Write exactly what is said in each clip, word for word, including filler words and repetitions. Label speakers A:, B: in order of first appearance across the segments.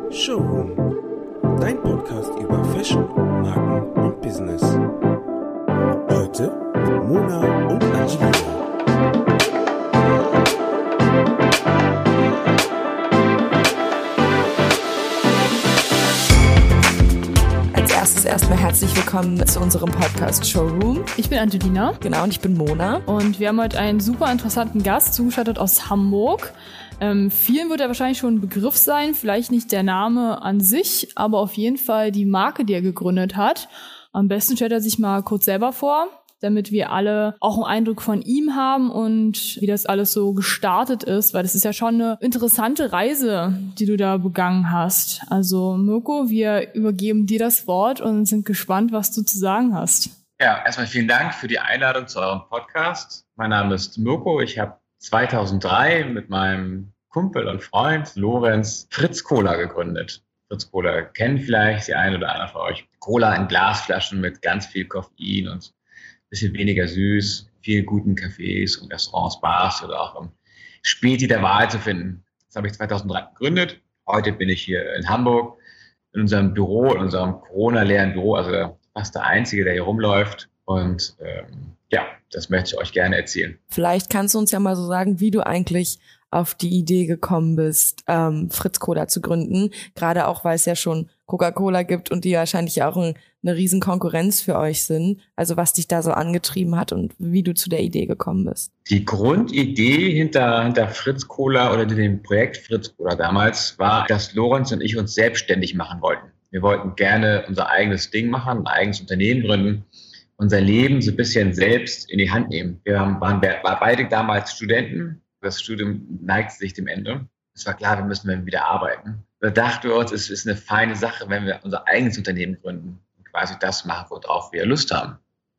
A: Showroom, dein Podcast über Fashion, Marken und Business. Heute mit Mona und Angelina.
B: Als erstes erstmal herzlich willkommen zu unserem Podcast Showroom.
C: Ich bin Angelina.
B: Genau, und ich bin Mona.
C: Und wir haben heute einen super interessanten Gast, zugeschaltet aus Hamburg. Ähm, vielen wird er wahrscheinlich schon ein Begriff sein, vielleicht nicht der Name an sich, aber auf jeden Fall die Marke, die er gegründet hat. Am besten stellt er sich mal kurz selber vor, damit wir alle auch einen Eindruck von ihm haben und wie das alles so gestartet ist, weil das ist ja schon eine interessante Reise, die du da begangen hast. Also Mirko, wir übergeben dir das Wort und sind gespannt, was du zu sagen hast.
D: Ja, erstmal vielen Dank für die Einladung zu eurem Podcast. Mein Name ist Mirko, ich habe zweitausenddrei mit meinem Kumpel und Freund Lorenz Fritz Cola gegründet. Fritz Cola kennen vielleicht die einen oder anderen von euch. Cola in Glasflaschen mit ganz viel Koffein und ein bisschen weniger süß, viel guten Cafés und Restaurants, Bars oder auch im Späti der Wahl zu finden. Das habe ich zweitausenddrei gegründet. Heute bin ich hier in Hamburg in unserem Büro, in unserem Corona-leeren Büro, also fast der Einzige, der hier rumläuft. Und ähm, ja, das möchte ich euch gerne erzählen.
B: Vielleicht kannst du uns ja mal so sagen, wie du eigentlich auf die Idee gekommen bist, ähm, Fritz Cola zu gründen. Gerade auch, weil es ja schon Coca-Cola gibt und die wahrscheinlich auch ein, eine riesen Konkurrenz für euch sind. Also was dich da so angetrieben hat und wie du zu der Idee gekommen bist.
D: Die Grundidee hinter, hinter Fritz Cola oder dem Projekt Fritz Cola damals war, dass Lorenz und ich uns selbstständig machen wollten. Wir wollten gerne unser eigenes Ding machen, ein eigenes Unternehmen gründen, unser Leben so ein bisschen selbst in die Hand nehmen. Wir waren, waren beide damals Studenten. Das Studium neigt sich dem Ende. Es war klar, wir müssen wieder arbeiten. Da dachten wir uns, es ist eine feine Sache, wenn wir unser eigenes Unternehmen gründen und quasi das machen, worauf wir Lust haben.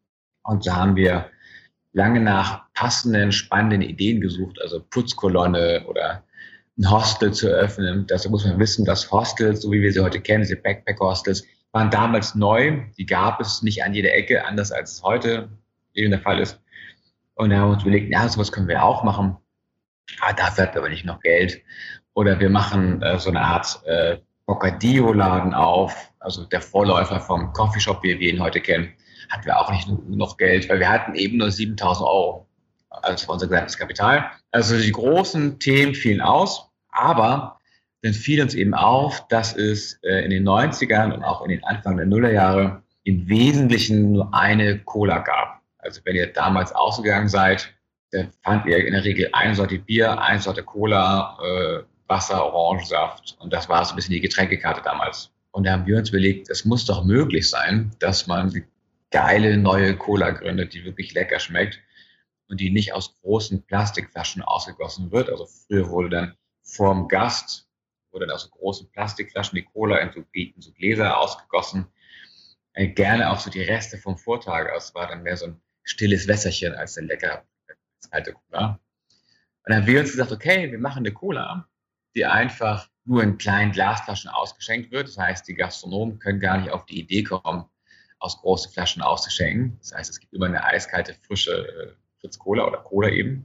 D: Und so haben wir lange nach passenden, spannenden Ideen gesucht, also Putzkolonne oder ein Hostel zu eröffnen. Dazu muss man wissen, dass Hostels, so wie wir sie heute kennen, diese Backpack-Hostels, waren damals neu. Die gab es nicht an jeder Ecke, anders als es heute eben der Fall ist. Und da haben wir uns überlegt, ja, sowas können wir auch machen. Ah, dafür hat aber nicht noch Geld. Oder wir machen äh, so eine Art äh, Bocadillo-Laden auf, also der Vorläufer vom Coffeeshop, wie wir ihn heute kennen, hatten wir auch nicht noch Geld, weil wir hatten eben nur siebentausend Euro als unser gesamtes Kapital. Also die großen Themen fielen aus, aber dann fiel uns eben auf, dass es äh, in den neunzigern und auch in den Anfang der Nullerjahre im Wesentlichen nur eine Cola gab. Also wenn ihr damals ausgegangen seid, dann fand ihr in der Regel eine Sorte Bier, eine Sorte Cola, äh, Wasser, Orangensaft und das war so ein bisschen die Getränkekarte damals. Und da haben wir uns überlegt, es muss doch möglich sein, dass man eine geile neue Cola gründet, die wirklich lecker schmeckt und die nicht aus großen Plastikflaschen ausgegossen wird. Also früher wurde dann vorm Gast wurde dann aus so großen Plastikflaschen die Cola in so, in so Gläser ausgegossen. Äh, gerne auch so die Reste vom Vortag. Also es war dann mehr so ein stilles Wässerchen als eine lecker alte Cola. Und dann haben wir uns gesagt, okay, wir machen eine Cola, die einfach nur in kleinen Glasflaschen ausgeschenkt wird. Das heißt, die Gastronomen können gar nicht auf die Idee kommen, aus großen Flaschen auszuschenken. Das heißt, es gibt immer eine eiskalte, frische äh, Fritz Cola oder Cola eben.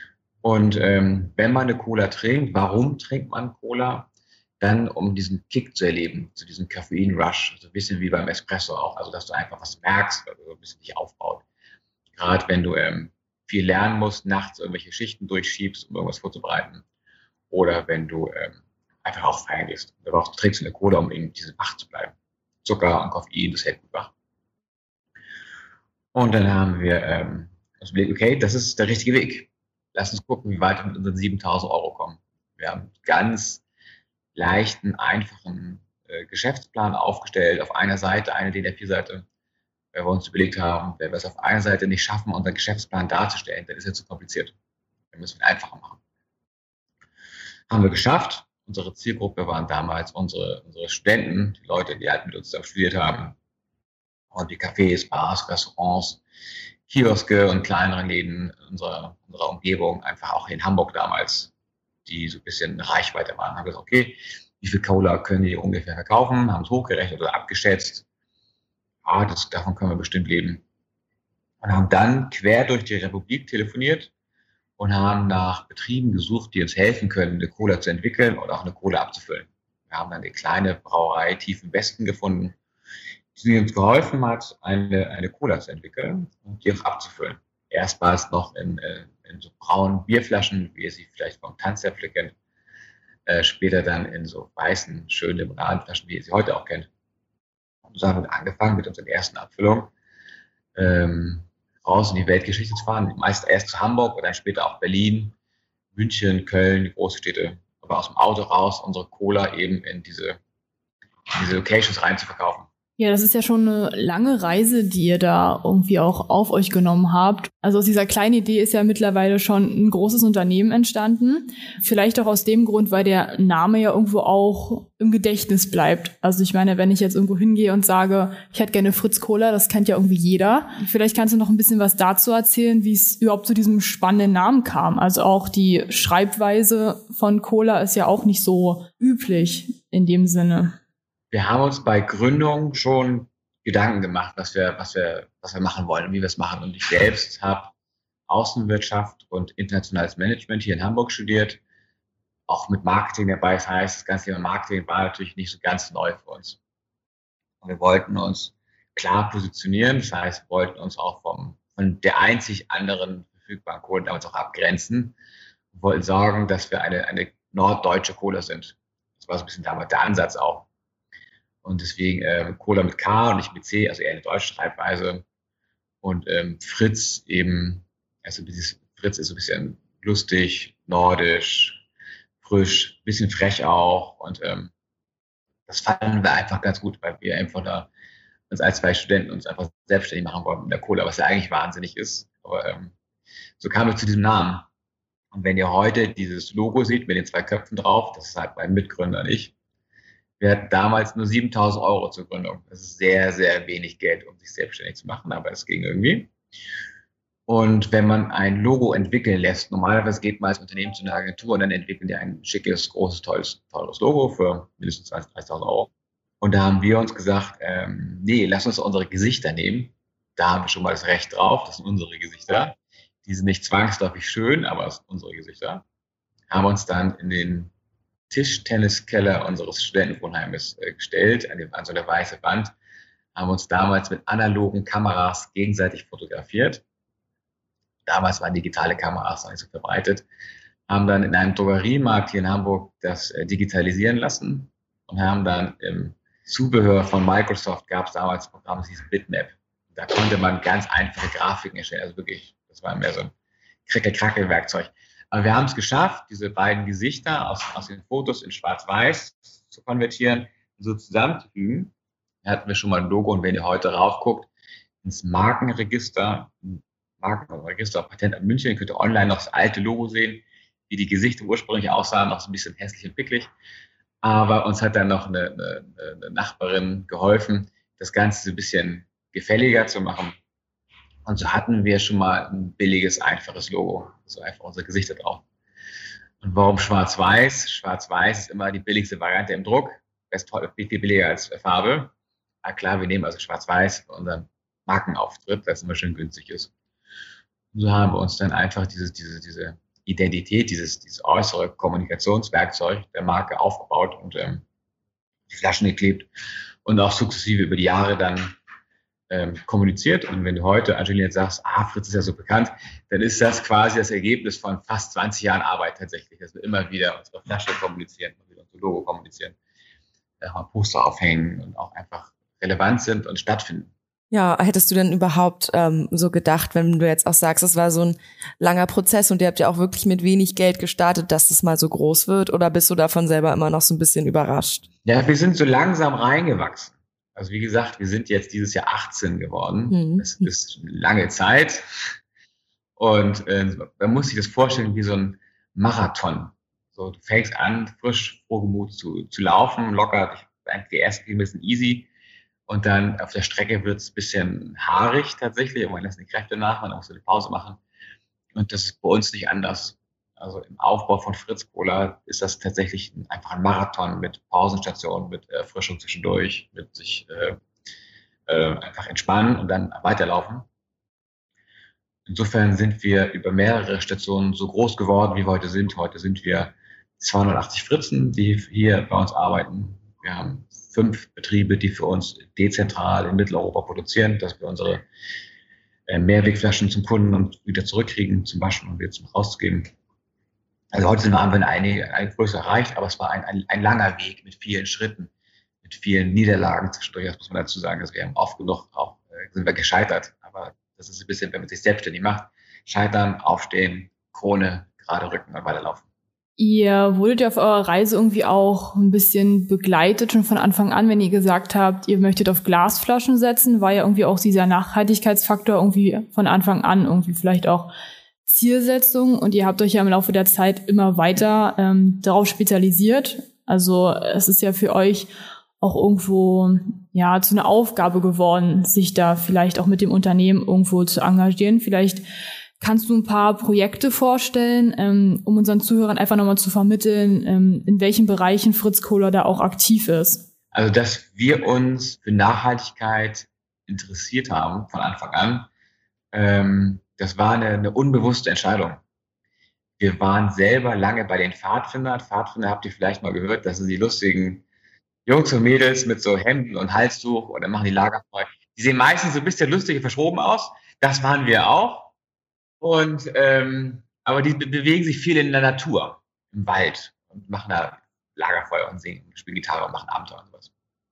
D: Und ähm, wenn man eine Cola trinkt, warum trinkt man Cola? Dann, um diesen Kick zu erleben, zu diesem Koffein-Rush, so ein bisschen wie beim Espresso auch, also dass du einfach was merkst, also ein bisschen dich aufbaut. Gerade wenn du ähm, viel lernen musst, nachts irgendwelche Schichten durchschiebst, um irgendwas vorzubereiten. Oder wenn du ähm, einfach auch feiern gehst. Du brauchst, du trinkst eine Cola, um eben diese wach zu bleiben. Zucker und Koffein, das hält gut wach. Und dann haben wir ähm, uns überlegt, okay, das ist der richtige Weg. Lass uns gucken, wie weit wir mit unseren siebentausend Euro kommen. Wir haben einen ganz leichten, einfachen äh, Geschäftsplan aufgestellt. Auf einer Seite, eine D I N A vier Seite, weil wir uns überlegt haben, wenn wir es auf einer Seite nicht schaffen, unseren Geschäftsplan darzustellen, dann ist er zu kompliziert. Dann müssen wir ihn einfacher machen. Haben wir geschafft. Unsere Zielgruppe waren damals unsere, unsere Studenten, die Leute, die halt mit uns zusammen studiert haben. Und die Cafés, Bars, Restaurants, Kioske und kleinere Läden unserer, unserer Umgebung, einfach auch in Hamburg damals, die so ein bisschen Reichweite waren. Haben gesagt, okay, wie viel Cola können die ungefähr verkaufen? Haben es hochgerechnet oder abgeschätzt. Ah, das, davon können wir bestimmt leben. Und haben dann quer durch die Republik telefoniert und haben nach Betrieben gesucht, die uns helfen können, eine Cola zu entwickeln oder auch eine Cola abzufüllen. Wir haben dann eine kleine Brauerei tief im Westen gefunden, die uns geholfen hat, eine, eine Cola zu entwickeln und die auch abzufüllen. Erst war es noch in, in so braunen Bierflaschen, wie ihr sie vielleicht vom Tanzäpfel kennt. Äh, später dann in so weißen, schönen liberalen Flaschen, wie ihr sie heute auch kennt. Und so haben wir angefangen mit unseren ersten Abfüllungen, ähm, raus in die Weltgeschichte zu fahren. Meist erst zu Hamburg und dann später auch Berlin, München, Köln, die Großstädte. Aber aus dem Auto raus unsere Cola eben in diese, in diese Locations rein zu verkaufen.
C: Ja, das ist ja schon eine lange Reise, die ihr da irgendwie auch auf euch genommen habt. Also aus dieser kleinen Idee ist ja mittlerweile schon ein großes Unternehmen entstanden. Vielleicht auch aus dem Grund, weil der Name ja irgendwo auch im Gedächtnis bleibt. Also ich meine, wenn ich jetzt irgendwo hingehe und sage, ich hätte gerne Fritz Cola, das kennt ja irgendwie jeder. Vielleicht kannst du noch ein bisschen was dazu erzählen, wie es überhaupt zu diesem spannenden Namen kam. Also auch die Schreibweise von Cola ist ja auch nicht so üblich in dem Sinne.
D: Wir haben uns bei Gründung schon Gedanken gemacht, was wir, was wir, was wir machen wollen und wie wir es machen. Und ich selbst habe Außenwirtschaft und internationales Management hier in Hamburg studiert, auch mit Marketing dabei. Das heißt, das ganze Thema Marketing war natürlich nicht so ganz neu für uns. Und wir wollten uns klar positionieren. Das heißt, wir wollten uns auch vom, von der einzig anderen verfügbaren Cola damals auch abgrenzen. Wir wollten sagen, dass wir eine, eine norddeutsche Cola sind. Das war so ein bisschen damals der Ansatz auch. Und deswegen äh, Cola mit K und nicht mit C, also eher eine deutsche Schreibweise. Und ähm, Fritz eben, also dieses Fritz ist so ein bisschen lustig, nordisch, frisch, bisschen frech auch. Und ähm, das fanden wir einfach ganz gut, weil wir einfach da uns als zwei Studenten uns einfach selbstständig machen wollten mit der Cola, was ja eigentlich wahnsinnig ist. Aber ähm, so kamen wir zu diesem Namen. Und wenn ihr heute dieses Logo seht mit den zwei Köpfen drauf, das ist halt mein Mitgründer und ich. Wir hatten damals nur siebentausend Euro zur Gründung. Das ist sehr, sehr wenig Geld, um sich selbstständig zu machen, aber es ging irgendwie. Und wenn man ein Logo entwickeln lässt, normalerweise geht man als Unternehmen zu einer Agentur und dann entwickeln die ein schickes, großes, tolles, teures Logo für mindestens zwanzigtausend, dreißigtausend Euro. Und da haben wir uns gesagt, ähm, nee, lass uns unsere Gesichter nehmen. Da haben wir schon mal das Recht drauf, das sind unsere Gesichter. Die sind nicht zwangsläufig schön, aber es sind unsere Gesichter. Haben uns dann in den Tischtenniskeller unseres Studentenwohnheimes äh, gestellt, an, dem, an so eine weiße Wand, haben uns damals mit analogen Kameras gegenseitig fotografiert. Damals waren digitale Kameras noch nicht so verbreitet, haben dann in einem Drogeriemarkt hier in Hamburg das äh, digitalisieren lassen und haben dann im Zubehör von Microsoft, gab es damals ein Programm, das hieß Bitmap. Da konnte man ganz einfache Grafiken erstellen, also wirklich, das war mehr so ein Krickel-Krackel-Werkzeug. Aber wir haben es geschafft, diese beiden Gesichter aus, aus den Fotos in Schwarz-Weiß zu konvertieren und so zusammenzufügen. Da hatten wir schon mal ein Logo und wenn ihr heute raufguckt, ins Markenregister, Markenregister Patentamt München, könnt ihr online noch das alte Logo sehen, wie die Gesichter ursprünglich aussahen, noch so ein bisschen hässlich und picklig. Aber uns hat dann noch eine, eine, eine Nachbarin geholfen, das Ganze so ein bisschen gefälliger zu machen. Und so hatten wir schon mal ein billiges, einfaches Logo. So einfach unsere Gesichter drauf. Und warum Schwarz-Weiß? Schwarz-Weiß ist immer die billigste Variante im Druck. Ist viel billiger als Farbe. Aber klar, wir nehmen also Schwarz-Weiß für unseren Markenauftritt, weil es immer schön günstig ist. Und so haben wir uns dann einfach diese, diese, diese Identität, dieses, dieses äußere Kommunikationswerkzeug der Marke aufgebaut und ähm, die Flaschen geklebt und auch sukzessive über die Jahre dann Ähm, kommuniziert. Und wenn du heute, Angelina, sagst, ah, Fritz ist ja so bekannt, dann ist das quasi das Ergebnis von fast zwanzig Jahren Arbeit tatsächlich, dass wir immer wieder unsere Flasche kommunizieren, immer wieder unser Logo kommunizieren, äh, mal Poster aufhängen und auch einfach relevant sind und stattfinden.
B: Ja, hättest du denn überhaupt ähm, so gedacht, wenn du jetzt auch sagst, es war so ein langer Prozess und ihr habt ja auch wirklich mit wenig Geld gestartet, dass es mal so groß wird, oder bist du davon selber immer noch so ein bisschen überrascht?
D: Ja, wir sind so langsam reingewachsen. Also wie gesagt, wir sind jetzt dieses Jahr achtzehn geworden. Mhm. Das ist eine lange Zeit. Und äh, man muss sich das vorstellen wie so ein Marathon. So, du fängst an, frisch, frohgemut zu, zu laufen, locker. Die ersten Kilometer sind easy. Und dann auf der Strecke wird es ein bisschen haarig tatsächlich. Und man lässt die Kräfte nach, man muss eine Pause machen. Und das ist bei uns nicht anders. Also im Aufbau von Fritz Cola ist das tatsächlich einfach ein Marathon mit Pausenstationen, mit Erfrischung zwischendurch, mit sich äh, äh, einfach entspannen und dann weiterlaufen. Insofern sind wir über mehrere Stationen so groß geworden, wie wir heute sind. Heute sind wir zweihundertachtzig Fritzen, die hier bei uns arbeiten. Wir haben fünf Betriebe, die für uns dezentral in Mitteleuropa produzieren, dass wir unsere Mehrwegflaschen zum Kunden und wieder zurückkriegen, zum Waschen und wieder zum Rauszugeben. Also heute sind wir, haben wir eine, eine Größe erreicht, aber es war ein, ein, ein langer Weg mit vielen Schritten, mit vielen Niederlagen zwischendurch. Das muss man dazu sagen, dass wir haben oft genug auch, äh, sind wir gescheitert. Aber das ist ein bisschen, wenn man sich selbstständig macht, scheitern, aufstehen, Krone, gerade rücken und weiterlaufen.
C: Ihr wurdet ja auf eurer Reise irgendwie auch ein bisschen begleitet, schon von Anfang an, wenn ihr gesagt habt, ihr möchtet auf Glasflaschen setzen, war ja irgendwie auch dieser Nachhaltigkeitsfaktor irgendwie von Anfang an irgendwie vielleicht auch Zielsetzung, und ihr habt euch ja im Laufe der Zeit immer weiter ähm, darauf spezialisiert. Also es ist ja für euch auch irgendwo ja zu einer Aufgabe geworden, sich da vielleicht auch mit dem Unternehmen irgendwo zu engagieren. Vielleicht kannst du ein paar Projekte vorstellen, ähm, um unseren Zuhörern einfach nochmal zu vermitteln, ähm, in welchen Bereichen Fritz Kohler da auch aktiv ist?
D: Also, dass wir uns für Nachhaltigkeit interessiert haben von Anfang an, ähm, das war eine, eine unbewusste Entscheidung. Wir waren selber lange bei den Pfadfindern. Pfadfinder habt ihr vielleicht mal gehört, das sind die lustigen Jungs und Mädels mit so Hemden und Halstuch und dann machen die Lagerfeuer. Die sehen meistens so ein bisschen lustig und verschroben aus. Das waren wir auch. Und ähm, aber die be- bewegen sich viel in der Natur, im Wald und machen da Lagerfeuer und singen, spielen Gitarre und machen Abenteuer und sowas.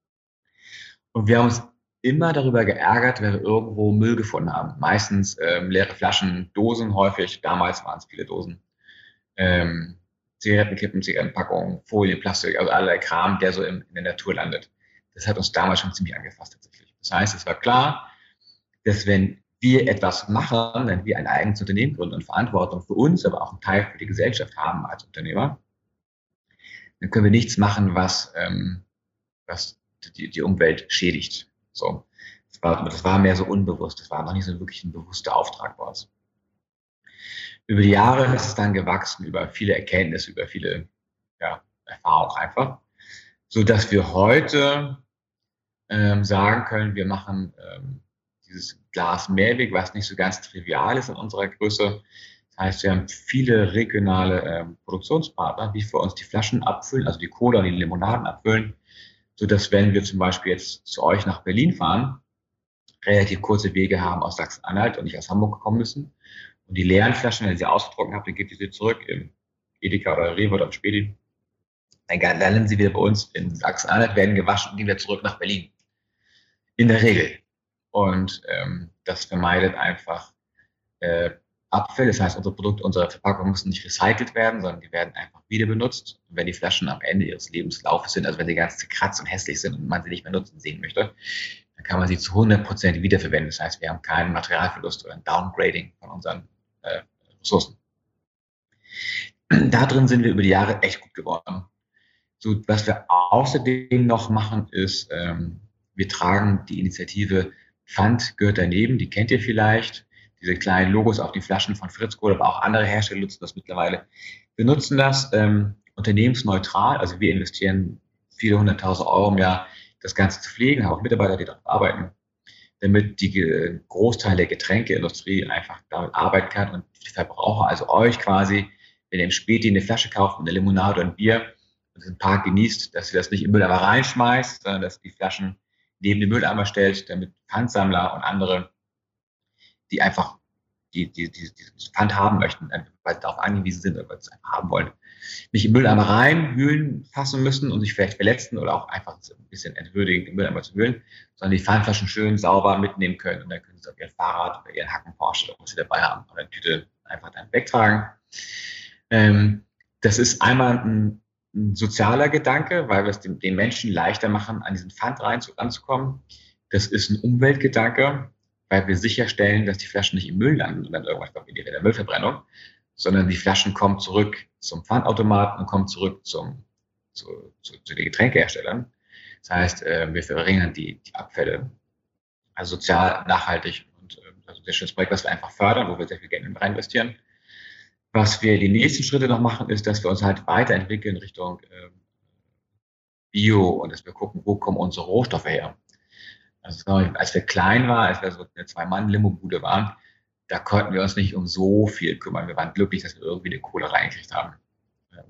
D: Und wir haben uns immer darüber geärgert, wenn wir irgendwo Müll gefunden haben. Meistens ähm, leere Flaschen, Dosen häufig. Damals waren es viele Dosen. Ähm, Zigarettenkippen, Zigarettenpackungen, Folie, Plastik, also allerlei Kram, der so in, in der Natur landet. Das hat uns damals schon ziemlich angefasst tatsächlich. Das heißt, es war klar, dass wenn wir etwas machen, wenn wir ein eigenes Unternehmen gründen und Verantwortung für uns, aber auch einen Teil für die Gesellschaft haben als Unternehmer, dann können wir nichts machen, was, ähm, was die, die Umwelt schädigt. So. Das war, das war mehr so unbewusst, das war noch nicht so wirklich ein bewusster Auftrag bei uns. Über die Jahre ist es dann gewachsen, über viele Erkenntnisse, über viele ja, Erfahrungen einfach, so dass wir heute ähm, sagen können, wir machen ähm, dieses Glas Mehrweg, was nicht so ganz trivial ist in unserer Größe. Das heißt, wir haben viele regionale ähm, Produktionspartner, die für uns die Flaschen abfüllen, also die Cola und die Limonaden abfüllen, so dass wenn wir zum Beispiel jetzt zu euch nach Berlin fahren, relativ kurze Wege haben aus Sachsen-Anhalt und nicht aus Hamburg kommen müssen. Und die leeren Flaschen, wenn ihr sie ausgetrocknet habt, dann gebt ihr sie zurück im Edeka oder Rewe oder im Spedi. Dann landen sie wieder bei uns in Sachsen-Anhalt, werden gewaschen und gehen wieder zurück nach Berlin. In der Regel. Und ähm, das vermeidet einfach äh, Abfälle. Das heißt, unsere Produkte, unsere Verpackungen müssen nicht recycelt werden, sondern die werden einfach wieder benutzt. Und wenn die Flaschen am Ende ihres Lebenslaufes sind, also wenn sie ganz zerkratzt und hässlich sind und man sie nicht mehr nutzen sehen möchte, dann kann man sie zu hundert Prozent wiederverwenden. Das heißt, wir haben keinen Materialverlust oder ein Downgrading von unseren äh, Ressourcen. Da drin sind wir über die Jahre echt gut geworden. So, was wir außerdem noch machen, ist, ähm, wir tragen die Initiative Pfand gehört daneben, die kennt ihr vielleicht. Diese kleinen Logos auf die Flaschen von Fritz Kohler, aber auch andere Hersteller nutzen das mittlerweile. Wir nutzen das ähm, unternehmensneutral, also wir investieren viele hunderttausend Euro im Jahr, das Ganze zu pflegen, haben auch Mitarbeiter, die darauf arbeiten, damit die äh, Großteil der Getränkeindustrie einfach damit arbeiten kann und die Verbraucher, also euch quasi, wenn ihr im Späti eine Flasche kauft, eine Limonade oder ein Bier und den Tag genießt, dass ihr das nicht im Mülleimer reinschmeißt, sondern dass die Flaschen neben den Mülleimer stellt, damit Pfandsammler und andere, die einfach die, die, die, die Pfand haben möchten, weil sie darauf angewiesen sind oder weil sie es einfach haben wollen, nicht im Mülleimer reinwühlen, fassen müssen und sich vielleicht verletzen oder auch einfach ein bisschen entwürdigend im Mülleimer zu wühlen, sondern die Pfandflaschen schön sauber mitnehmen können und dann können sie auf ihr Fahrrad oder ihren Hacken Porsche oder was sie dabei haben oder eine Tüte einfach dann wegtragen. Ähm, das ist einmal ein ein sozialer Gedanke, weil wir es den, den Menschen leichter machen, an diesen Pfand rein zu, ranzukommen. Das ist ein Umweltgedanke, weil wir sicherstellen, dass die Flaschen nicht im Müll landen und dann irgendwas in der Müllverbrennung, sondern die Flaschen kommen zurück zum Pfandautomaten und kommen zurück zum, zu, zu, zu den Getränkeherstellern. Das heißt, äh, wir verringern die, die Abfälle. Also sozial, nachhaltig und äh, also ein sehr schönes Projekt, was wir einfach fördern, wo wir sehr viel Geld rein investieren. Was wir die nächsten Schritte noch machen, ist, dass wir uns halt weiterentwickeln Richtung äh, Bio und dass wir gucken, wo kommen unsere Rohstoffe her. Also als wir klein waren, als wir so eine Zwei-Mann-Limo-Bude waren, da konnten wir uns nicht um so viel kümmern. Wir waren glücklich, dass wir irgendwie eine Kohle reingekriegt haben.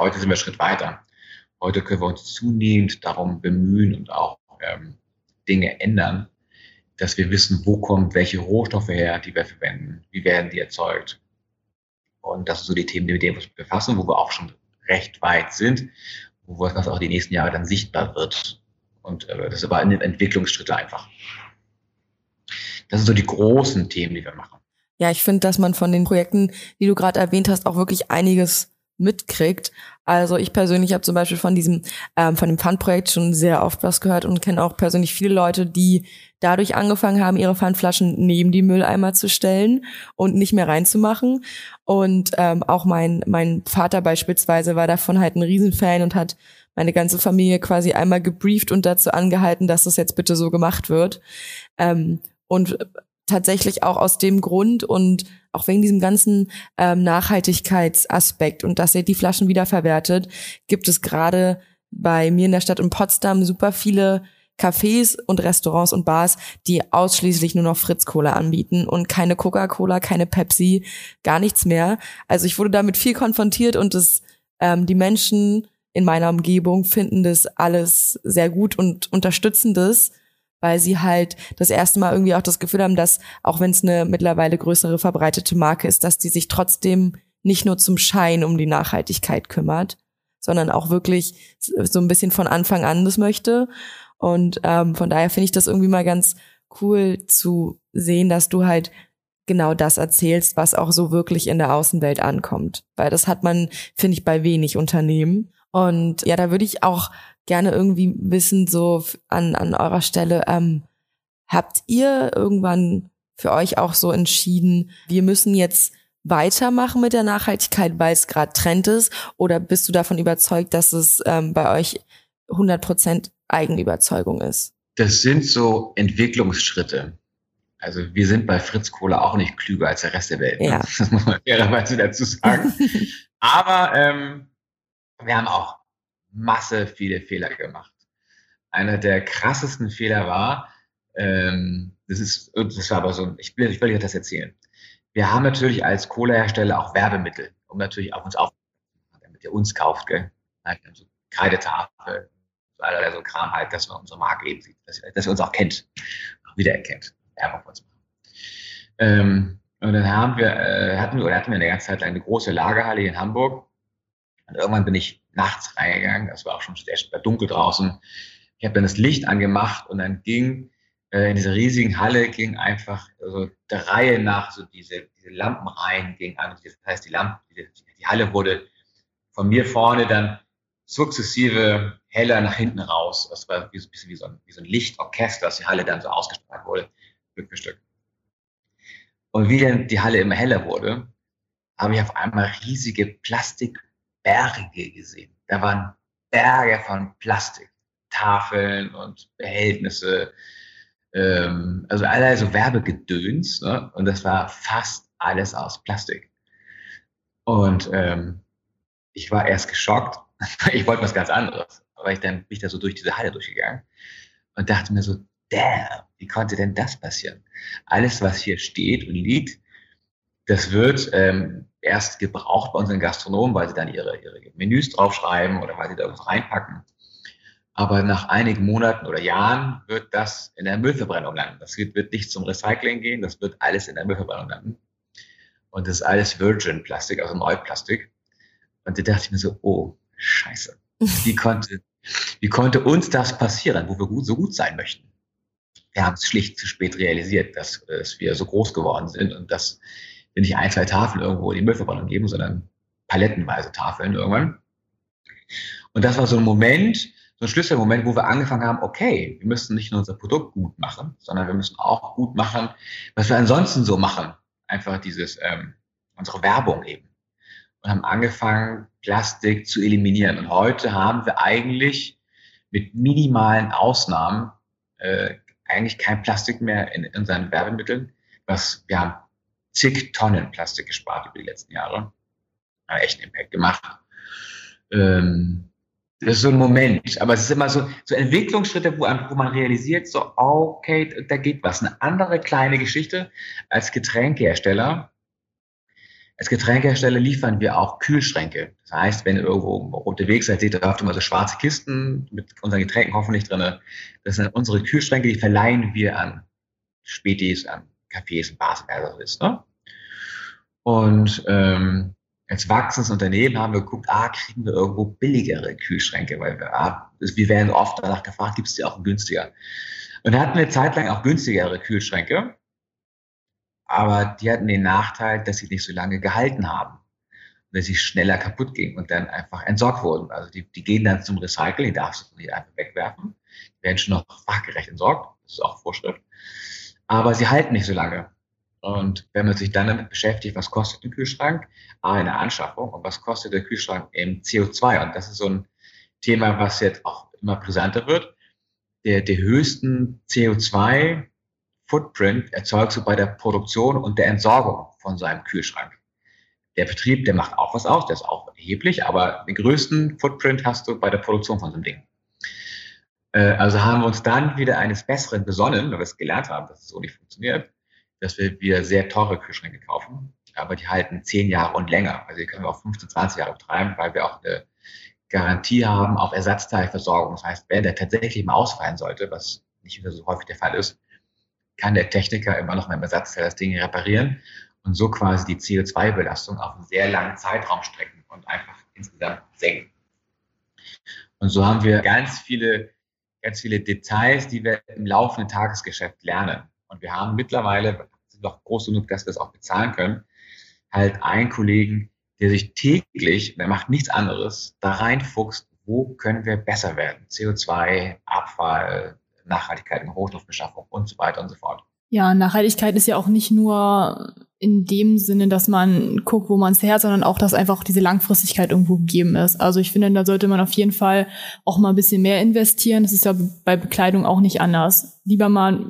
D: Heute sind wir einen Schritt weiter. Heute können wir uns zunehmend darum bemühen und auch ähm, Dinge ändern, dass wir wissen, wo kommen welche Rohstoffe her, die wir verwenden, wie werden die erzeugt. Und das sind so die Themen, mit denen wir uns befassen, wo wir auch schon recht weit sind, wo das auch die nächsten Jahre dann sichtbar wird. Und äh, das ist aber eine Entwicklungsschritte einfach. Das sind so die großen Themen, die wir machen.
B: Ja, ich finde, dass man von den Projekten, die du gerade erwähnt hast, auch wirklich einiges mitkriegt. Also ich persönlich habe zum Beispiel von diesem ähm, von dem Pfandprojekt schon sehr oft was gehört und kenne auch persönlich viele Leute, die dadurch angefangen haben, ihre Pfandflaschen neben die Mülleimer zu stellen und nicht mehr reinzumachen. Und ähm, auch mein mein Vater beispielsweise war davon halt ein Riesenfan und hat meine ganze Familie quasi einmal gebrieft und dazu angehalten, dass das jetzt bitte so gemacht wird. Ähm, und tatsächlich auch aus dem Grund und auch wegen diesem ganzen ähm, Nachhaltigkeitsaspekt und dass ihr die Flaschen wiederverwertet, gibt es gerade bei mir in der Stadt in Potsdam super viele Cafés und Restaurants und Bars, die ausschließlich nur noch Fritz-Cola anbieten und keine Coca-Cola, keine Pepsi, gar nichts mehr. Also ich wurde damit viel konfrontiert und das, ähm, die Menschen in meiner Umgebung finden das alles sehr gut und unterstützen das, weil sie halt das erste Mal irgendwie auch das Gefühl haben, dass, auch wenn es eine mittlerweile größere verbreitete Marke ist, dass die sich trotzdem nicht nur zum Schein um die Nachhaltigkeit kümmert, sondern auch wirklich so ein bisschen von Anfang an das möchte. Und ähm, von daher finde ich das irgendwie mal ganz cool zu sehen, dass du halt genau das erzählst, was auch so wirklich in der Außenwelt ankommt. Weil das hat man, finde ich, bei wenig Unternehmen. Und ja, da würde ich auch gerne irgendwie wissen, so an an eurer Stelle, ähm, habt ihr irgendwann für euch auch so entschieden, wir müssen jetzt weitermachen mit der Nachhaltigkeit, weil es gerade Trend ist, oder bist du davon überzeugt, dass es ähm, bei euch hundert Prozent Eigenüberzeugung ist?
D: Das sind so Entwicklungsschritte. Also wir sind bei Fritz-Cola auch nicht klüger als der Rest der Welt.
B: Ja.
D: Ne? Das muss man fairerweise dazu sagen. Aber ähm, wir haben auch Masse viele Fehler gemacht. Einer der krassesten Fehler war, ähm, das ist, das war aber so, ich will, ich will euch das erzählen. Wir haben natürlich als Cola-Hersteller auch Werbemittel, um natürlich auf uns aufzunehmen, damit ihr uns kauft, gell? Wir haben so Kreidetafel, so allerlei so Kram halt, dass man unsere Marke eben sieht, dass, dass ihr uns auch kennt, auch wiedererkennt, Werbung für uns machen. Ähm, und dann haben wir, äh, hatten wir, oder hatten wir eine ganze Zeit lang eine große Lagerhalle in Hamburg. Und irgendwann bin ich nachts reingegangen, es war auch schon sehr dunkel draußen. Ich habe dann das Licht angemacht und dann ging äh, in dieser riesigen Halle ging einfach so der Reihe nach so diese, diese Lampenreihen gingen an. Das heißt, die Lampe, die, die Halle wurde von mir vorne dann sukzessive heller nach hinten raus. Das war ein bisschen wie so ein, wie so ein Lichtorchester, dass die Halle dann so ausgestrahlt wurde, Stück für Stück. Und wie dann die Halle immer heller wurde, habe ich auf einmal riesige Plastik Berge gesehen. Da waren Berge von Plastik, Tafeln und Behältnisse, ähm, also allerlei so Werbegedöns, ne? Und das war fast alles aus Plastik. Und ähm, ich war erst geschockt. Ich wollte was ganz anderes. Aber ich dann bin ich da so durch diese Halle durchgegangen und dachte mir so, damn, wie konnte denn das passieren? Alles, was hier steht und liegt, das wird ähm, erst gebraucht bei unseren Gastronomen, weil sie dann ihre, ihre Menüs draufschreiben oder weil sie da irgendwas reinpacken. Aber nach einigen Monaten oder Jahren wird das in der Müllverbrennung landen. Das wird, wird nicht zum Recycling gehen, das wird alles in der Müllverbrennung landen. Und das ist alles Virgin-Plastik, also Neuplastik. Und da dachte ich mir so, oh, scheiße. Wie konnte, wie konnte uns das passieren, wo wir gut, so gut sein möchten? Wir haben es schlicht zu spät realisiert, dass, dass wir so groß geworden sind und dass wir nicht ein, zwei Tafeln irgendwo in die Müllverbrennung geben, sondern palettenweise Tafeln irgendwann. Und das war so ein Moment, so ein Schlüsselmoment, wo wir angefangen haben, okay, wir müssen nicht nur unser Produkt gut machen, sondern wir müssen auch gut machen, was wir ansonsten so machen. Einfach dieses, ähm, unsere Werbung eben. Und haben angefangen, Plastik zu eliminieren. Und heute haben wir eigentlich mit minimalen Ausnahmen äh, eigentlich kein Plastik mehr in unseren Werbemitteln. Was, wir haben zig Tonnen Plastik gespart über die letzten Jahre. Haben echt einen Impact gemacht. Ähm, das ist so ein Moment. Aber es ist immer so, so Entwicklungsschritte, wo, wo man realisiert, so, okay, da geht was. Eine andere kleine Geschichte als Getränkehersteller. Als Getränkehersteller liefern wir auch Kühlschränke. Das heißt, wenn ihr irgendwo unterwegs seid, seht ihr oft immer so schwarze Kisten mit unseren Getränken hoffentlich drin. Das sind unsere Kühlschränke, die verleihen wir an Spätis, an Cafés und Bars, wer das ist. Ne? Und ähm, als wachsendes Unternehmen haben wir geguckt, ah, kriegen wir irgendwo billigere Kühlschränke, weil wir, ah, wir werden oft danach gefragt, gibt es die auch günstiger? Und da hatten wir eine Zeit lang auch günstigere Kühlschränke, aber die hatten den Nachteil, dass sie nicht so lange gehalten haben, dass sie schneller kaputt gingen und dann einfach entsorgt wurden. Also die, die gehen dann zum Recyceln, die darfst du nicht einfach wegwerfen, die werden schon noch fachgerecht entsorgt, das ist auch Vorschrift, aber sie halten nicht so lange. Und wenn man sich dann damit beschäftigt, was kostet ein Kühlschrank? A, in der Anschaffung und was kostet der Kühlschrank im C O zwei? Und das ist so ein Thema, was jetzt auch immer brisanter wird. Der, der höchsten C O zwei Footprint erzeugst du bei der Produktion und der Entsorgung von seinem Kühlschrank. Der Betrieb, der macht auch was aus, der ist auch erheblich, aber den größten Footprint hast du bei der Produktion von so einem Ding. Äh, also haben wir uns dann wieder eines Besseren besonnen, weil wir es gelernt haben, dass es so nicht funktioniert, dass wir wieder sehr teure Kühlschränke kaufen, aber die halten zehn Jahre und länger. Also die können wir auch fünfzehn, zwanzig Jahre betreiben, weil wir auch eine Garantie haben auf Ersatzteilversorgung. Das heißt, wenn der tatsächlich mal ausfallen sollte, was nicht wieder so häufig der Fall ist, kann der Techniker immer noch mit dem Ersatzteil das Ding reparieren und so quasi die C O zwei Belastung auf einen sehr langen Zeitraum strecken und einfach insgesamt senken. Und so haben wir ganz viele, ganz viele Details, die wir im laufenden Tagesgeschäft lernen. Und wir haben mittlerweile, sind doch groß genug, dass wir es auch bezahlen können, halt einen Kollegen, der sich täglich, der macht nichts anderes, da reinfuchst, wo können wir besser werden? C O zwei, Abfall, Nachhaltigkeit in Rohstoffbeschaffung und so weiter und so fort.
C: Ja, Nachhaltigkeit ist ja auch nicht nur in dem Sinne, dass man guckt, wo man es her hat, sondern auch, dass einfach diese Langfristigkeit irgendwo gegeben ist. Also ich finde, da sollte man auf jeden Fall auch mal ein bisschen mehr investieren. Das ist ja bei Bekleidung auch nicht anders. Lieber mal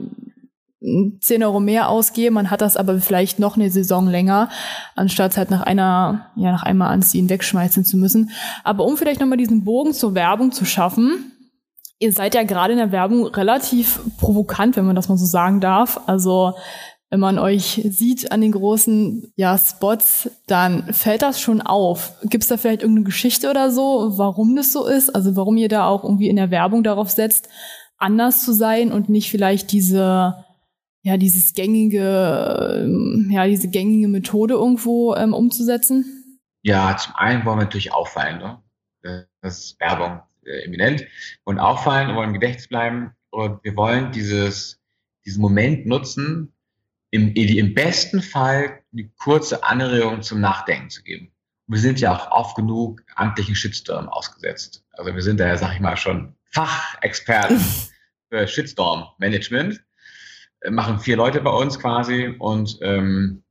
C: zehn Euro mehr ausgeben, man hat das aber vielleicht noch eine Saison länger, anstatt halt nach einer, ja, nach einmal anziehen, wegschmeißen zu müssen. Aber um vielleicht nochmal diesen Bogen zur Werbung zu schaffen, ihr seid ja gerade in der Werbung relativ provokant, wenn man das mal so sagen darf. Also wenn man euch sieht an den großen ja, Spots, dann fällt das schon auf. Gibt es da vielleicht irgendeine Geschichte oder so, warum das so ist? Also warum ihr da auch irgendwie in der Werbung darauf setzt, anders zu sein und nicht vielleicht diese ja dieses gängige, ja diese gängige Methode irgendwo ähm, umzusetzen?
D: Ja, zum einen wollen wir natürlich auffallen, ne? Das ist Werbung äh, eminent und auffallen und wollen im Gedächtnis bleiben und wir wollen dieses diesen Moment nutzen, im, im besten Fall eine kurze Anregung zum Nachdenken zu geben. Wir sind ja auch oft genug amtlichen Shitstorm ausgesetzt. Also wir sind da ja, sag ich mal, schon Fachexperten für Shitstorm-Management. Machen vier Leute bei uns quasi und ähm,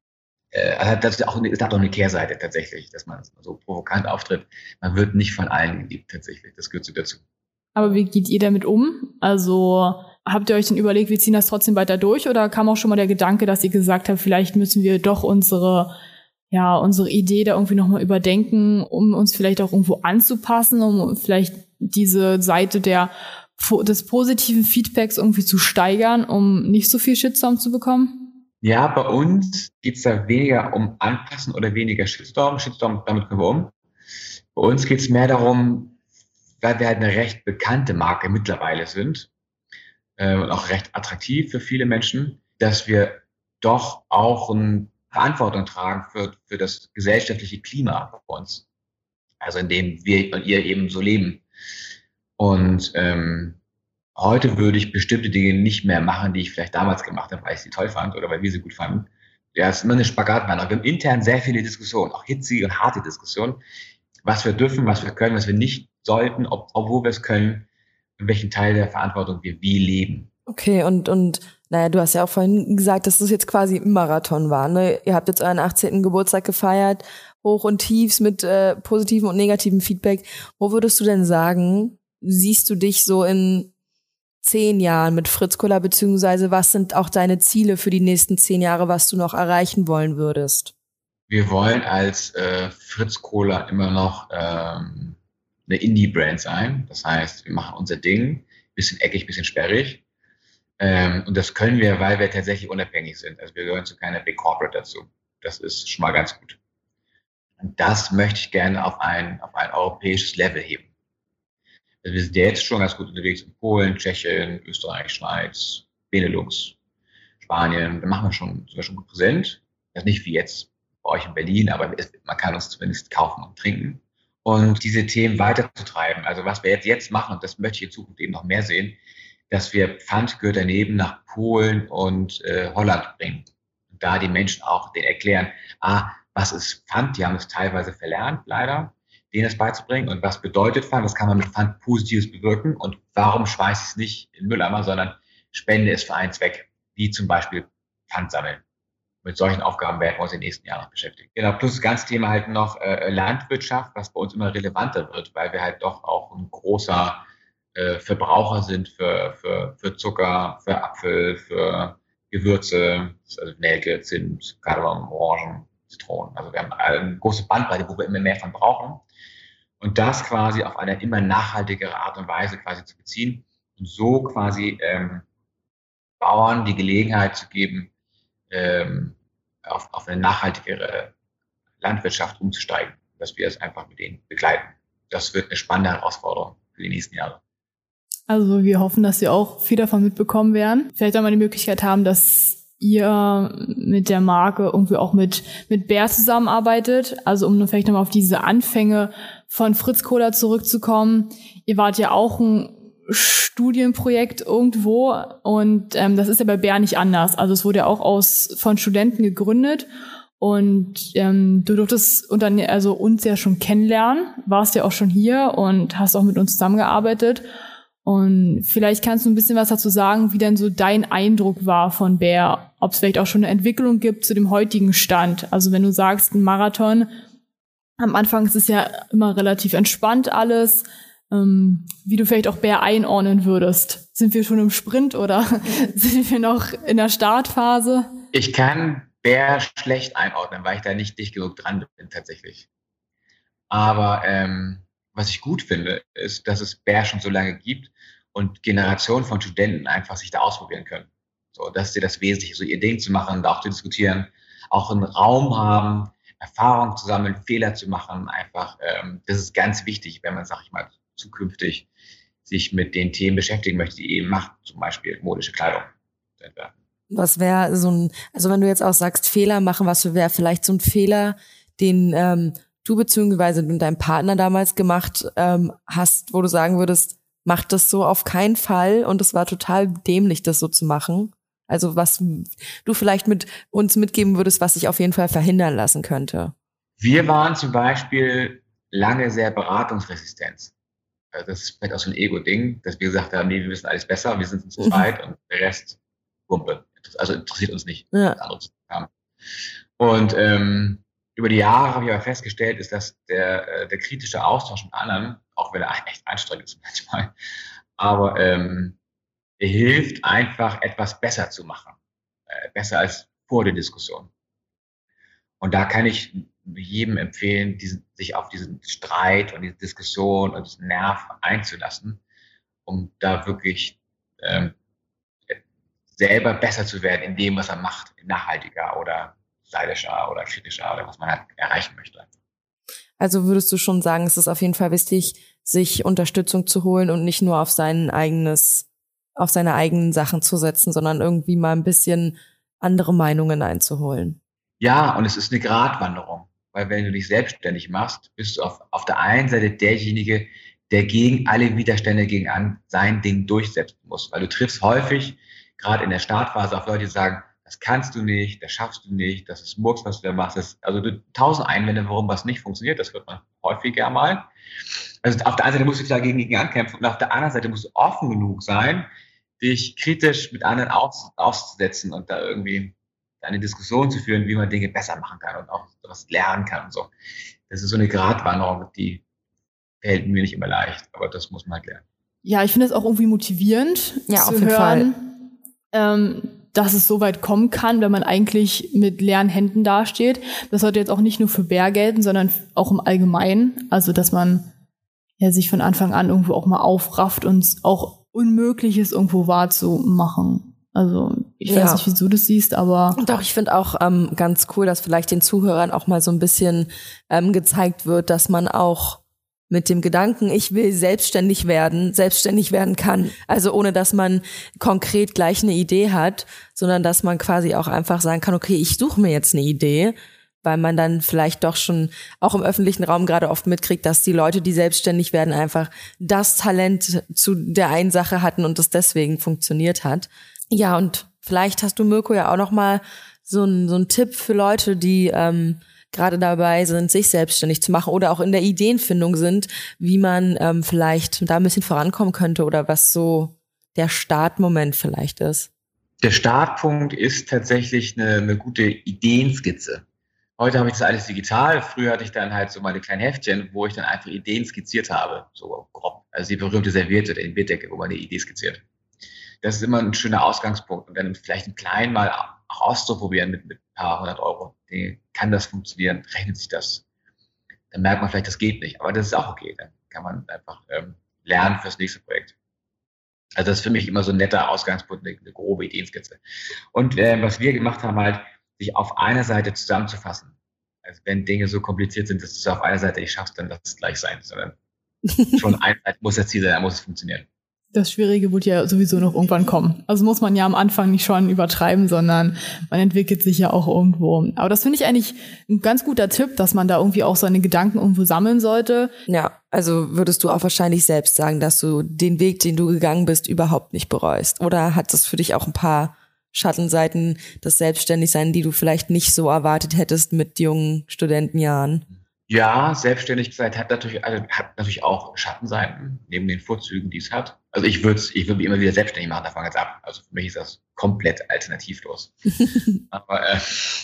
D: äh, das ist auch, ist auch eine Kehrseite tatsächlich, dass man so provokant auftritt. Man wird nicht von allen geliebt tatsächlich, das gehört so dazu.
C: Aber wie geht ihr damit um? Also habt ihr euch denn überlegt, wir ziehen das trotzdem weiter durch oder kam auch schon mal der Gedanke, dass ihr gesagt habt, vielleicht müssen wir doch unsere ja unsere Idee da irgendwie nochmal überdenken, um uns vielleicht auch irgendwo anzupassen, um vielleicht diese Seite der des positiven Feedbacks irgendwie zu steigern, um nicht so viel Shitstorm zu bekommen?
D: Ja, bei uns geht es da weniger um Anpassen oder weniger Shitstorm. Shitstorm, damit können wir um. Bei uns geht es mehr darum, weil wir halt eine recht bekannte Marke mittlerweile sind äh, und auch recht attraktiv für viele Menschen, dass wir doch auch eine Verantwortung tragen für, für das gesellschaftliche Klima bei uns. Also in dem wir und ihr eben so leben. Und ähm, heute würde ich bestimmte Dinge nicht mehr machen, die ich vielleicht damals gemacht habe, weil ich sie toll fand oder weil wir sie gut fanden. Ja, es ist immer eine Spagatwandlung. Wir haben intern sehr viele Diskussionen, auch hitzige und harte Diskussionen, was wir dürfen, was wir können, was wir nicht sollten, ob, obwohl wir es können, in welchen Teil der Verantwortung wir wie leben.
B: Okay, und und naja, du hast ja auch vorhin gesagt, dass das jetzt quasi ein Marathon war, ne? Ihr habt jetzt euren achtzehnten Geburtstag gefeiert, Hoch und Tiefs mit äh, positiven und negativen Feedback. Wo würdest du denn sagen, siehst du dich so in zehn Jahren mit Fritz Cola, beziehungsweise was sind auch deine Ziele für die nächsten zehn Jahre, was du noch erreichen wollen würdest?
D: Wir wollen als äh, Fritz Cola immer noch ähm, eine Indie-Brand sein. Das heißt, wir machen unser Ding, bisschen eckig, bisschen sperrig. Ähm, und das können wir, weil wir tatsächlich unabhängig sind. Also wir gehören zu keiner Big Corporate dazu. Das ist schon mal ganz gut. Und das möchte ich gerne auf ein, auf ein europäisches Level heben. Also wir sind jetzt schon ganz gut unterwegs in Polen, Tschechien, Österreich, Schweiz, Benelux, Spanien. Da machen wir schon, sind wir schon gut präsent. Das ist nicht wie jetzt bei euch in Berlin, aber man kann uns zumindest kaufen und trinken. Und diese Themen weiterzutreiben. Also was wir jetzt, jetzt machen, und das möchte ich in Zukunft eben noch mehr sehen, dass wir Pfandgüter daneben nach Polen und äh, Holland bringen. Und da die Menschen auch denen erklären, ah, was ist Pfand? Die haben es teilweise verlernt, leider, denen das beizubringen. Und was bedeutet Pfand? Was kann man mit Pfand Positives bewirken? Und warum schmeiße ich es nicht in den Mülleimer, sondern spende es für einen Zweck, wie zum Beispiel Pfand sammeln. Mit solchen Aufgaben werden wir uns in den nächsten Jahren noch beschäftigen. Genau, plus das ganze Thema halt noch äh, Landwirtschaft, was bei uns immer relevanter wird, weil wir halt doch auch ein großer äh, Verbraucher sind für, für, für Zucker, für Apfel, für Gewürze, also Nelke, Zimt, Kardamom, Orangen, Zitronen. Also wir haben eine große Bandbreite, wo wir immer mehr von brauchen. Und das quasi auf eine immer nachhaltigere Art und Weise quasi zu beziehen und so quasi ähm, Bauern die Gelegenheit zu geben, ähm, auf, auf eine nachhaltigere Landwirtschaft umzusteigen, dass wir es einfach mit denen begleiten. Das wird eine spannende Herausforderung für die nächsten Jahre.
C: Also wir hoffen, dass wir auch viel davon mitbekommen werden. Vielleicht auch mal die Möglichkeit haben, dass ihr mit der Marke irgendwie auch mit mit Bär zusammenarbeitet. Also um nur vielleicht nochmal auf diese Anfänge von Fritz Cola zurückzukommen. Ihr wart ja auch ein Studienprojekt irgendwo und ähm, das ist ja bei Bär nicht anders. Also es wurde ja auch aus von Studenten gegründet und ähm, du durftest und dann also uns ja schon kennenlernen, warst ja auch schon hier und hast auch mit uns zusammengearbeitet und vielleicht kannst du ein bisschen was dazu sagen, wie denn so dein Eindruck war von Bär, ob es vielleicht auch schon eine Entwicklung gibt zu dem heutigen Stand. Also wenn du sagst, ein Marathon, am Anfang ist es ja immer relativ entspannt alles. Ähm, wie du vielleicht auch Bär einordnen würdest. Sind wir schon im Sprint oder sind wir noch in der Startphase?
D: Ich kann Bär schlecht einordnen, weil ich da nicht dicht genug dran bin tatsächlich. Aber ähm, was ich gut finde, ist, dass es Bär schon so lange gibt und Generationen von Studenten einfach sich da ausprobieren können. So, das ist ja das Wesentliche, so ihr Ding zu machen, da auch zu diskutieren, auch einen Raum haben, Erfahrung zu sammeln, Fehler zu machen, einfach, ähm, das ist ganz wichtig, wenn man, sag ich mal, zukünftig sich mit den Themen beschäftigen möchte, die eben macht, zum Beispiel modische Kleidung zu entwerfen.
B: Was wäre so ein, also wenn du jetzt auch sagst, Fehler machen, was wäre vielleicht so ein Fehler, den ähm, du beziehungsweise mit deinem Partner damals gemacht ähm, hast, wo du sagen würdest, mach das so auf keinen Fall und es war total dämlich, das so zu machen? Also was du vielleicht mit uns mitgeben würdest, was sich auf jeden Fall verhindern lassen könnte?
D: Wir waren zum Beispiel lange sehr beratungsresistent. Das ist vielleicht auch so ein Ego-Ding, dass wir gesagt haben, nee, wir wissen alles besser, wir sind zu zweit und der Rest, Pumpe. Also interessiert uns nicht,
B: ja.
D: was andere zu haben. Und ähm, über die Jahre habe ich aber festgestellt, ist, dass der, der kritische Austausch mit anderen, auch wenn er echt anstrengend ist manchmal, aber ähm, er hilft einfach, etwas besser zu machen. Äh, besser als vor der Diskussion. Und da kann ich jedem empfehlen, diesen, sich auf diesen Streit und diese Diskussion und diesen Nerv einzulassen, um da wirklich ähm, selber besser zu werden in dem, was er macht, nachhaltiger oder stylischer oder kritischer oder was man halt erreichen möchte.
B: Also würdest du schon sagen, es ist auf jeden Fall wichtig, sich Unterstützung zu holen und nicht nur auf sein eigenes, auf seine eigenen Sachen zu setzen, sondern irgendwie mal ein bisschen andere Meinungen einzuholen.
D: Ja, und es ist eine Gratwanderung. Weil wenn du dich selbstständig machst, bist du auf, auf der einen Seite derjenige, der gegen alle Widerstände gegen an sein Ding durchsetzen muss. Weil du triffst häufig, gerade in der Startphase, auf Leute, die sagen, das kannst du nicht, das schaffst du nicht, das ist Murks, was du da machst. Das, also du tausend Einwände, warum was nicht funktioniert, das hört man häufiger mal. Also auf der einen Seite musst du dagegen gegen ankämpfen und auf der anderen Seite musst du offen genug sein, dich kritisch mit anderen aus, auszusetzen und da irgendwie eine Diskussion zu führen, wie man Dinge besser machen kann und auch was lernen kann und so. Das ist so eine Gratwanderung, die fällt mir nicht immer leicht, aber das muss man halt lernen.
C: Ja, ich finde es auch irgendwie motivierend
B: ja,
C: zu
B: auf jeden
C: hören,
B: Fall.
C: Ähm, dass es so weit kommen kann, wenn man eigentlich mit leeren Händen dasteht. Das sollte jetzt auch nicht nur für Bär gelten, sondern auch im Allgemeinen. Also, dass man ja sich von Anfang an irgendwo auch mal aufrafft und auch Unmögliches irgendwo wahrzumachen. Also ich
B: Ja.
C: weiß nicht, wie du das siehst, aber
B: Doch, ich finde auch ähm, ganz cool, dass vielleicht den Zuhörern auch mal so ein bisschen ähm, gezeigt wird, dass man auch mit dem Gedanken, ich will selbstständig werden, selbstständig werden kann. Also ohne, dass man konkret gleich eine Idee hat, sondern dass man quasi auch einfach sagen kann, okay, ich suche mir jetzt eine Idee, weil man dann vielleicht doch schon auch im öffentlichen Raum gerade oft mitkriegt, dass die Leute, die selbstständig werden, einfach das Talent zu der einen Sache hatten und das deswegen funktioniert hat. Ja, und vielleicht hast du, Mirko, ja auch noch mal so ein so ein Tipp für Leute, die ähm, gerade dabei sind, sich selbstständig zu machen oder auch in der Ideenfindung sind, wie man ähm, vielleicht da ein bisschen vorankommen könnte oder was so der Startmoment vielleicht ist.
D: Der Startpunkt ist tatsächlich eine, eine gute Ideenskizze. Heute habe ich das alles digital. Früher hatte ich dann halt so meine kleinen Heftchen, wo ich dann einfach Ideen skizziert habe, so grob. Also die berühmte Serviette, die Bettdecke, wo man eine Idee skizziert. Das ist immer ein schöner Ausgangspunkt. Und dann vielleicht im Kleinen mal auch auszuprobieren mit, mit ein paar hundert Euro. Die, kann das funktionieren? Rechnet sich das? Dann merkt man vielleicht, das geht nicht. Aber das ist auch okay. Dann kann man einfach ähm, lernen fürs nächste Projekt. Also das ist für mich immer so ein netter Ausgangspunkt, eine, eine grobe Ideenskizze. Und äh, was wir gemacht haben, halt, sich auf einer Seite zusammenzufassen. Also wenn Dinge so kompliziert sind, dass du es auf einer Seite nicht schaffst, dann lass es gleich sein. Sondern schon eine Seite muss das Ziel sein, dann muss es funktionieren.
C: das Schwierige wird ja sowieso noch irgendwann kommen. Also muss man ja am Anfang nicht schon übertreiben, sondern man entwickelt sich ja auch irgendwo. Aber das finde ich eigentlich ein ganz guter Tipp, dass man da irgendwie auch seine Gedanken irgendwo sammeln sollte.
B: Ja, also würdest du auch wahrscheinlich selbst sagen, dass du den Weg, den du gegangen bist, überhaupt nicht bereust? Oder hat das für dich auch ein paar Schattenseiten, das Selbstständigsein, die du vielleicht nicht so erwartet hättest mit jungen Studentenjahren?
D: Ja, Selbstständigkeit hat natürlich, also hat natürlich auch Schattenseiten, neben den Vorzügen, die es hat. Also ich würde ich würde mich immer wieder selbstständig machen, davon jetzt ab. Also für mich ist das komplett alternativlos. aber äh,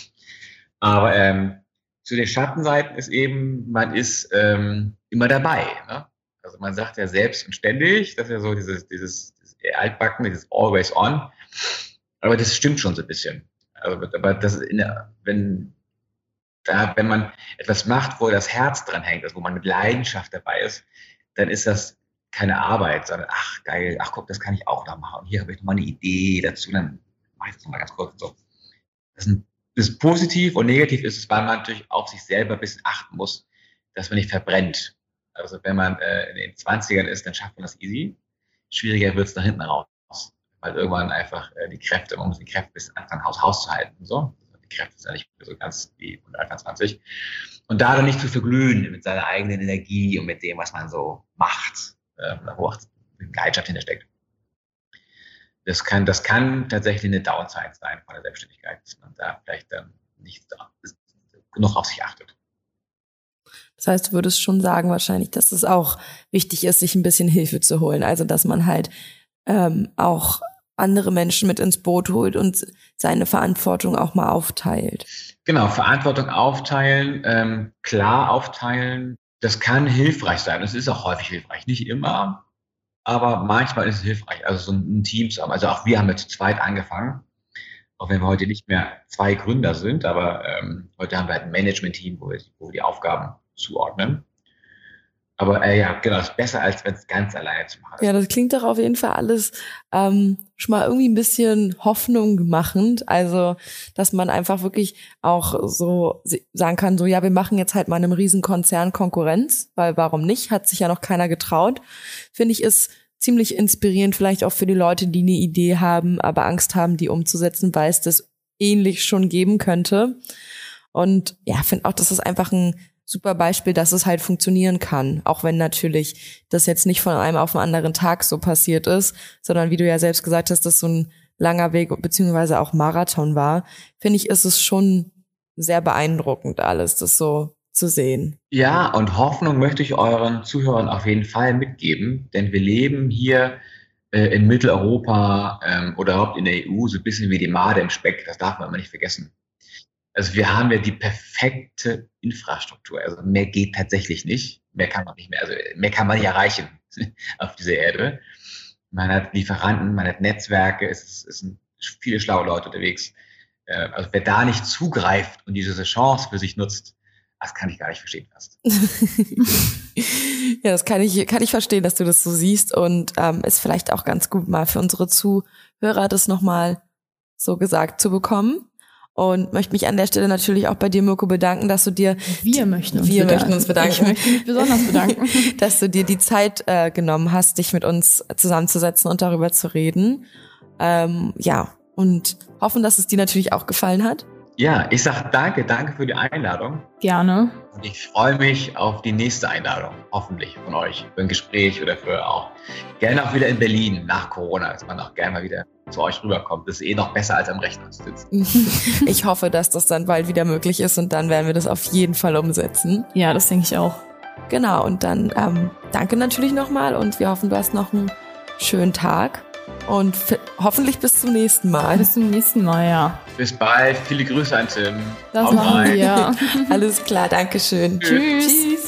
D: aber ähm, zu den Schattenseiten ist eben, man ist ähm, immer dabei. Ne? Also man sagt ja selbst und ständig, das ist ja so dieses, dieses, dieses altbacken, dieses always on. Aber das stimmt schon so ein bisschen. Also, aber das ist in der, wenn Da, wenn man etwas macht, wo das Herz dran hängt, also wo man mit Leidenschaft dabei ist, dann ist das keine Arbeit, sondern ach geil, ach guck, das kann ich auch noch machen. Und hier habe ich noch mal eine Idee dazu, dann mache ich das nochmal ganz kurz und so. Das ist, ein, das ist positiv und negativ ist es, weil man natürlich auf sich selber ein bisschen achten muss, dass man nicht verbrennt. Also wenn man äh, in den zwanzigern ist, dann schafft man das easy. Schwieriger wird es nach hinten raus, weil irgendwann einfach äh, die Kräfte, man muss die Kräfte bis Anfang Haus, Haus zu halten und so. Kräfte ist ja nicht so ganz wie Anfang zwanzig. Und da dann nicht zu verglühen mit seiner eigenen Energie und mit dem, was man so macht, äh, wo auch Leidenschaft hintersteckt. Das kann, das kann tatsächlich eine Downside sein von der Selbstständigkeit, dass man da vielleicht dann nicht genug auf sich achtet.
B: Das heißt, du würdest schon sagen wahrscheinlich, dass es auch wichtig ist, sich ein bisschen Hilfe zu holen. Also, dass man halt ähm, auch andere Menschen mit ins Boot holt und seine Verantwortung auch mal aufteilt.
D: Genau, Verantwortung aufteilen, ähm, klar aufteilen, das kann hilfreich sein. Das ist auch häufig hilfreich. Nicht immer, aber manchmal ist es hilfreich. Also so ein Team zu haben. Also auch wir haben jetzt zu zweit angefangen, auch wenn wir heute nicht mehr zwei Gründer sind, aber ähm, heute haben wir halt ein Management-Team, wo wir, wo wir die Aufgaben zuordnen. Aber äh, ja, genau, ist besser, als wenn es ganz alleine zu machen ist.
B: Ja, das klingt doch auf jeden Fall alles ähm, schon mal irgendwie ein bisschen Hoffnung machend. Also, dass man einfach wirklich auch so sagen kann, so ja, wir machen jetzt halt mal einem Riesenkonzern Konkurrenz, weil warum nicht? Hat sich ja noch keiner getraut. Finde ich, ist ziemlich inspirierend, vielleicht auch für die Leute, die eine Idee haben, aber Angst haben, die umzusetzen, weil es das ähnlich schon geben könnte. Und ja, finde auch, das ist einfach ein super Beispiel, dass es halt funktionieren kann, auch wenn natürlich das jetzt nicht von einem auf den anderen Tag so passiert ist, sondern wie du ja selbst gesagt hast, dass so ein langer Weg beziehungsweise auch Marathon war, finde ich, ist es schon sehr beeindruckend alles, das so zu sehen.
D: Ja, und Hoffnung möchte ich euren Zuhörern auf jeden Fall mitgeben, denn wir leben hier äh, in Mitteleuropa ähm, oder überhaupt in der E U so ein bisschen wie die Made im Speck, das darf man immer nicht vergessen. Also wir haben ja die perfekte Infrastruktur. Also mehr geht tatsächlich nicht. Mehr kann man nicht mehr. Also mehr kann man nicht erreichen auf dieser Erde. Man hat Lieferanten, man hat Netzwerke, es, es sind viele schlaue Leute unterwegs. Also wer da nicht zugreift und diese Chance für sich nutzt, das kann ich gar nicht verstehen fast.
B: Ja, das kann ich, kann ich verstehen, dass du das so siehst und ähm, ist vielleicht auch ganz gut mal für unsere Zuhörer das nochmal so gesagt zu bekommen. Und möchte mich an der Stelle natürlich auch bei dir, Mirko, bedanken, dass du dir...
C: Wir möchten uns
B: wir
C: bedanken.
B: möchten uns bedanken.
C: Ich möchte mich besonders bedanken.
B: Dass du dir die Zeit äh, genommen hast, dich mit uns zusammenzusetzen und darüber zu reden. Ähm, ja, und hoffen, dass es dir natürlich auch gefallen hat.
D: Ja, ich sag danke, danke für die Einladung.
C: Gerne.
D: Und ich freue mich auf die nächste Einladung, hoffentlich von euch, für ein Gespräch oder für auch gerne auch wieder in Berlin nach Corona, dass man auch gerne mal wieder zu euch rüberkommt. Das ist eh noch besser als am Rechner zu sitzen.
B: Ich hoffe, dass das dann bald wieder möglich ist und dann werden wir das auf jeden Fall umsetzen.
C: Ja, das denke ich auch.
B: Genau, und dann ähm, danke natürlich nochmal und wir hoffen, du hast noch einen schönen Tag und f- hoffentlich bis zum nächsten Mal.
C: Bis zum nächsten Mal, ja.
D: Bis bald, viele Grüße an Tim.
C: Das
D: Haut
C: machen
D: rein.
C: wir.
B: Alles klar, danke schön.
C: Tschüss.
B: Tschüss.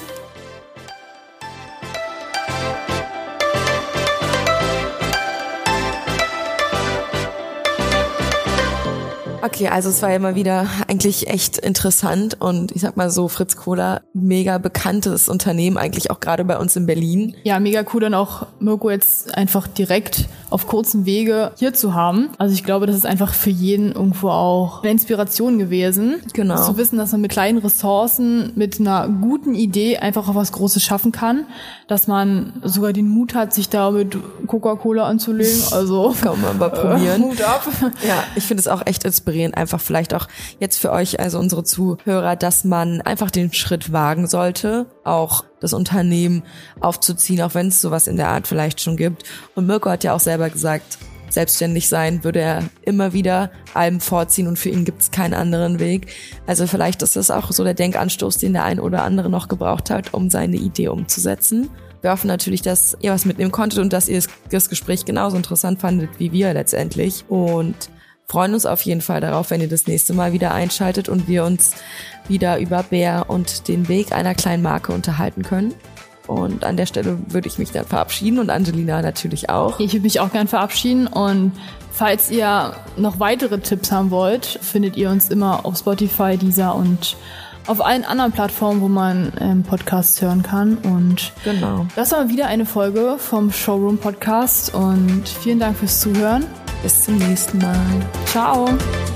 B: Okay, also es war ja mal wieder eigentlich echt interessant und ich sag mal so, Fritz Kohler, mega bekanntes Unternehmen, eigentlich auch gerade bei uns in Berlin.
C: Ja, mega cool dann auch Mirko jetzt einfach direkt auf kurzem Wege hier zu haben. Also ich glaube, das ist einfach für jeden irgendwo auch eine Inspiration gewesen.
B: Genau.
C: Zu wissen, dass man mit kleinen Ressourcen, mit einer guten Idee einfach auch was Großes schaffen kann. Dass man sogar den Mut hat, sich da mit Coca-Cola anzulegen. Also
B: Kann man mal probieren.
C: Mut ab.
B: Ja, ich finde es auch echt inspirierend, einfach vielleicht auch jetzt für euch, also unsere Zuhörer, dass man einfach den Schritt wagen sollte, auch das Unternehmen aufzuziehen, auch wenn es sowas in der Art vielleicht schon gibt. Und Mirko hat ja auch selber gesagt, selbstständig sein würde er immer wieder allem vorziehen und für ihn gibt es keinen anderen Weg. Also vielleicht ist das auch so der Denkanstoß, den der ein oder andere noch gebraucht hat, um seine Idee umzusetzen. Wir hoffen natürlich, dass ihr was mitnehmen konntet und dass ihr das Gespräch genauso interessant fandet wie wir letztendlich und freuen uns auf jeden Fall darauf, wenn ihr das nächste Mal wieder einschaltet und wir uns wieder über Bär und den Weg einer kleinen Marke unterhalten können. Und an der Stelle würde ich mich dann verabschieden und Angelina natürlich auch.
C: Ich würde mich auch gern verabschieden und falls ihr noch weitere Tipps haben wollt, findet ihr uns immer auf Spotify, Deezer und auf allen anderen Plattformen, wo man ähm, Podcasts hören kann. Und
B: Genau.
C: das war wieder eine Folge vom Showroom Podcast und vielen Dank fürs Zuhören.
B: Bis zum nächsten Mal.
C: Ciao.